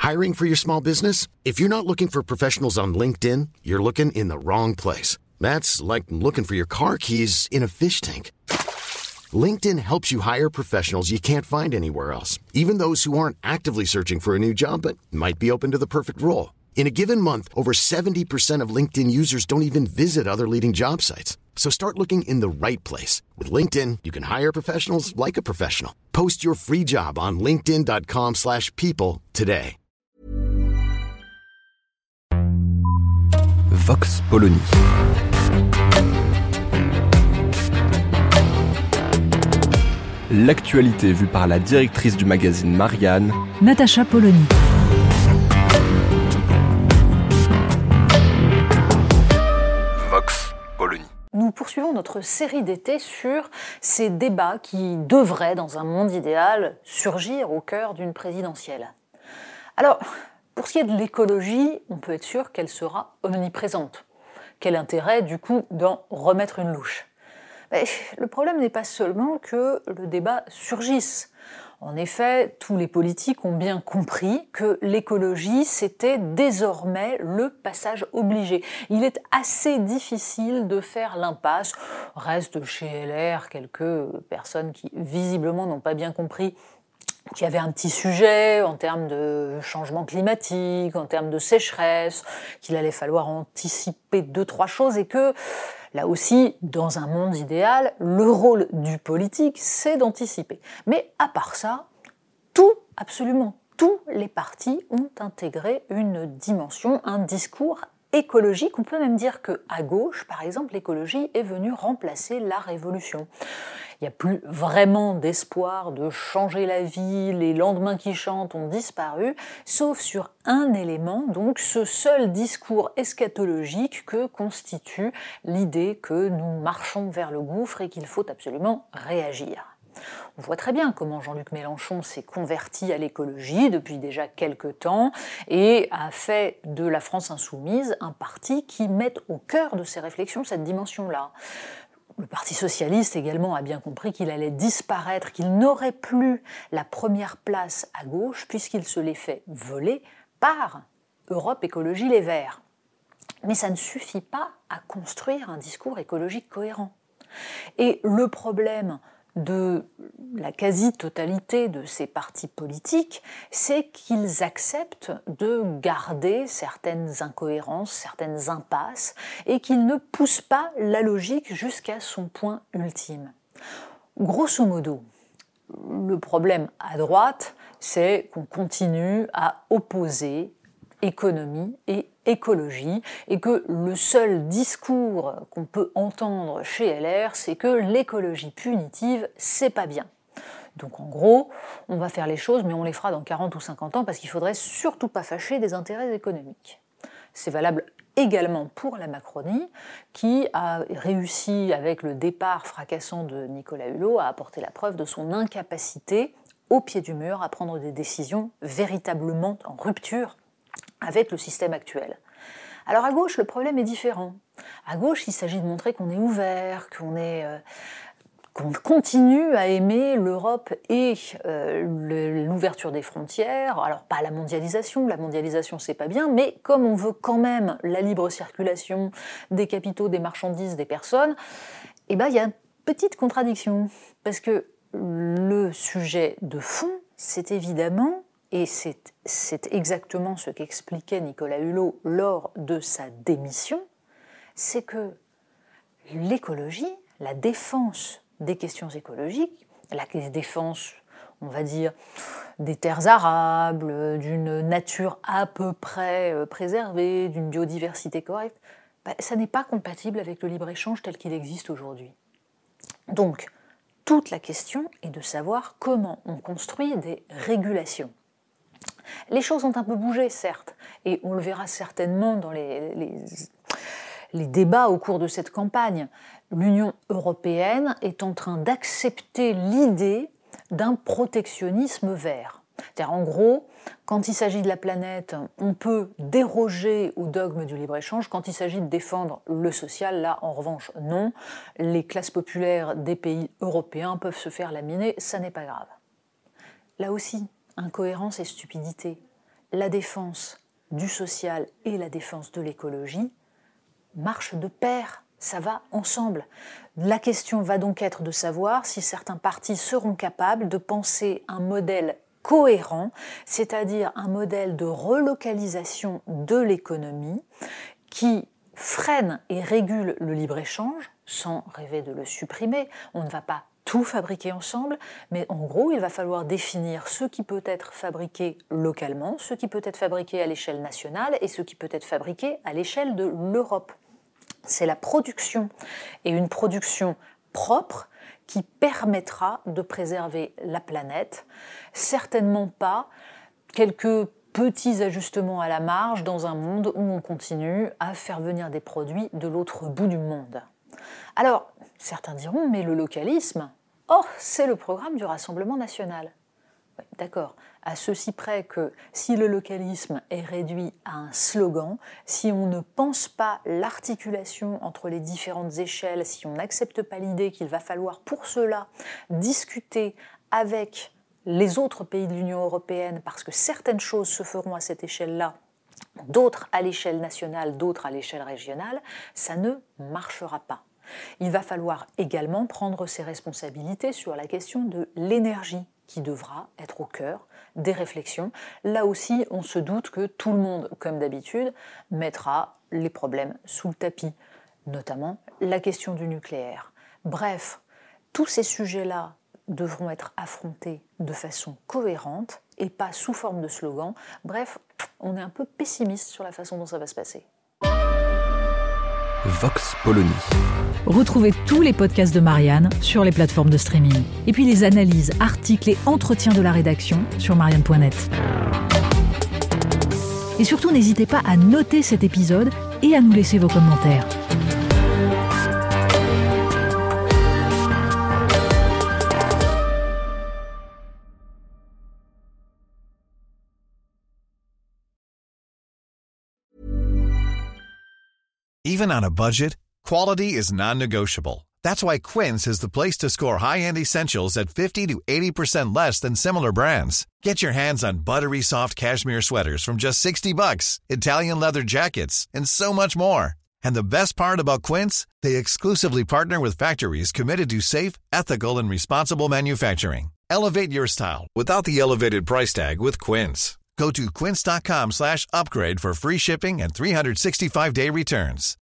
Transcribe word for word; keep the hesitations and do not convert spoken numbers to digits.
Hiring for your small business? If you're not looking for professionals on LinkedIn, you're looking in the wrong place. That's like looking for your car keys in a fish tank. LinkedIn helps you hire professionals you can't find anywhere else, even those who aren't actively searching for a new job but might be open to the perfect role. In a given month, over seventy percent of LinkedIn users don't even visit other leading job sites. So start looking in the right place. With LinkedIn, you can hire professionals like a professional. Post your free job on linkedin dot com slash people today. Vox Polony. L'actualité vue par la directrice du magazine Marianne, Natacha Polony. Vox Polony. Nous poursuivons notre série d'été sur ces débats qui devraient, dans un monde idéal, surgir au cœur d'une présidentielle. Alors, pour ce qui est de l'écologie, on peut être sûr qu'elle sera omniprésente. Quel intérêt, du coup, d'en remettre une louche ? Mais le problème n'est pas seulement que le débat surgisse. En effet, tous les politiques ont bien compris que l'écologie, c'était désormais le passage obligé. Il est assez difficile de faire l'impasse. Reste chez L R quelques personnes qui, visiblement, n'ont pas bien compris qu'il y avait un petit sujet en termes de changement climatique, en termes de sécheresse, qu'il allait falloir anticiper deux, trois choses et que, là aussi, dans un monde idéal, le rôle du politique, c'est d'anticiper. Mais à part ça, tout, absolument tous les partis ont intégré une dimension, un discours écologique. On peut même dire qu'à gauche, par exemple, l'écologie est venue remplacer la révolution. Il n'y a plus vraiment d'espoir de changer la vie, les lendemains qui chantent ont disparu, sauf sur un élément, donc ce seul discours eschatologique que constitue l'idée que nous marchons vers le gouffre et qu'il faut absolument réagir. On voit très bien comment Jean-Luc Mélenchon s'est converti à l'écologie depuis déjà quelque temps et a fait de la France insoumise un parti qui met au cœur de ses réflexions cette dimension-là. Le Parti socialiste également a bien compris qu'il allait disparaître, qu'il n'aurait plus la première place à gauche puisqu'il se l'est fait voler par Europe Écologie Les Verts. Mais ça ne suffit pas à construire un discours écologique cohérent. Et le problème de la quasi-totalité de ces partis politiques, c'est qu'ils acceptent de garder certaines incohérences, certaines impasses, et qu'ils ne poussent pas la logique jusqu'à son point ultime. Grosso modo, le problème à droite, c'est qu'on continue à opposer économie et écologie, et que le seul discours qu'on peut entendre chez L R, c'est que l'écologie punitive, c'est pas bien. Donc en gros, on va faire les choses, mais on les fera dans quarante ou cinquante ans, parce qu'il faudrait surtout pas fâcher des intérêts économiques. C'est valable également pour la Macronie, qui a réussi, avec le départ fracassant de Nicolas Hulot, à apporter la preuve de son incapacité, au pied du mur, à prendre des décisions véritablement en rupture avec le système actuel. Alors à gauche, le problème est différent. À gauche, il s'agit de montrer qu'on est ouvert, qu'on est, euh, qu'on continue à aimer l'Europe et euh, le, l'ouverture des frontières. Alors pas la mondialisation, la mondialisation c'est pas bien, mais comme on veut quand même la libre circulation des capitaux, des marchandises, des personnes, eh ben il y a une petite contradiction. Parce que le sujet de fond, c'est évidemment, et c'est, c'est exactement ce qu'expliquait Nicolas Hulot lors de sa démission, c'est que l'écologie, la défense des questions écologiques, la défense, on va dire, des terres arables, d'une nature à peu près préservée, d'une biodiversité correcte, ben, ça n'est pas compatible avec le libre-échange tel qu'il existe aujourd'hui. Donc, toute la question est de savoir comment on construit des régulations. Les choses ont un peu bougé, certes, et on le verra certainement dans les, les, les débats au cours de cette campagne. L'Union européenne est en train d'accepter l'idée d'un protectionnisme vert. C'est-à-dire, en gros, quand il s'agit de la planète, on peut déroger au dogme du libre-échange. Quand il s'agit de défendre le social, là, en revanche, non. Les classes populaires des pays européens peuvent se faire laminer, ça n'est pas grave. Là aussi, incohérence et stupidité. la défense du social et la défense de l'écologie marchent de pair, ça va ensemble. La question va donc être de savoir si certains partis seront capables de penser un modèle cohérent, c'est-à-dire un modèle de relocalisation de l'économie qui freine et régule le libre-échange, sans rêver de le supprimer. On ne va pas tout fabriquer ensemble, mais en gros, il va falloir définir ce qui peut être fabriqué localement, ce qui peut être fabriqué à l'échelle nationale et ce qui peut être fabriqué à l'échelle de l'Europe. C'est la production, et une production propre qui permettra de préserver la planète, certainement pas quelques petits ajustements à la marge dans un monde où on continue à faire venir des produits de l'autre bout du monde. Alors, certains diront, mais le localisme, oh, c'est le programme du Rassemblement national. Oui, d'accord, à ceci près que si le localisme est réduit à un slogan, si on ne pense pas l'articulation entre les différentes échelles, si on n'accepte pas l'idée qu'il va falloir pour cela discuter avec les autres pays de l'Union européenne, parce que certaines choses se feront à cette échelle-là, d'autres à l'échelle nationale, d'autres à l'échelle régionale, ça ne marchera pas. Il va falloir également prendre ses responsabilités sur la question de l'énergie, qui devra être au cœur des réflexions. Là aussi, on se doute que tout le monde, comme d'habitude, mettra les problèmes sous le tapis, notamment la question du nucléaire. Bref, tous ces sujets-là devront être affrontés de façon cohérente et pas sous forme de slogan. Bref, on est un peu pessimiste sur la façon dont ça va se passer. Vox Polony. Retrouvez tous les podcasts de Marianne sur les plateformes de streaming. Et puis les analyses, articles et entretiens de la rédaction sur marianne point net. Et surtout, n'hésitez pas à noter cet épisode et à nous laisser vos commentaires. Even on a budget, quality is non-negotiable. That's why Quince is the place to score high-end essentials at fifty to eighty percent less than similar brands. Get your hands on buttery soft cashmere sweaters from just sixty bucks, Italian leather jackets, and so much more. And the best part about Quince, they exclusively partner with factories committed to safe, ethical, and responsible manufacturing. Elevate your style without the elevated price tag with Quince. Go to quince.com slash upgrade for free shipping and three sixty-five day returns.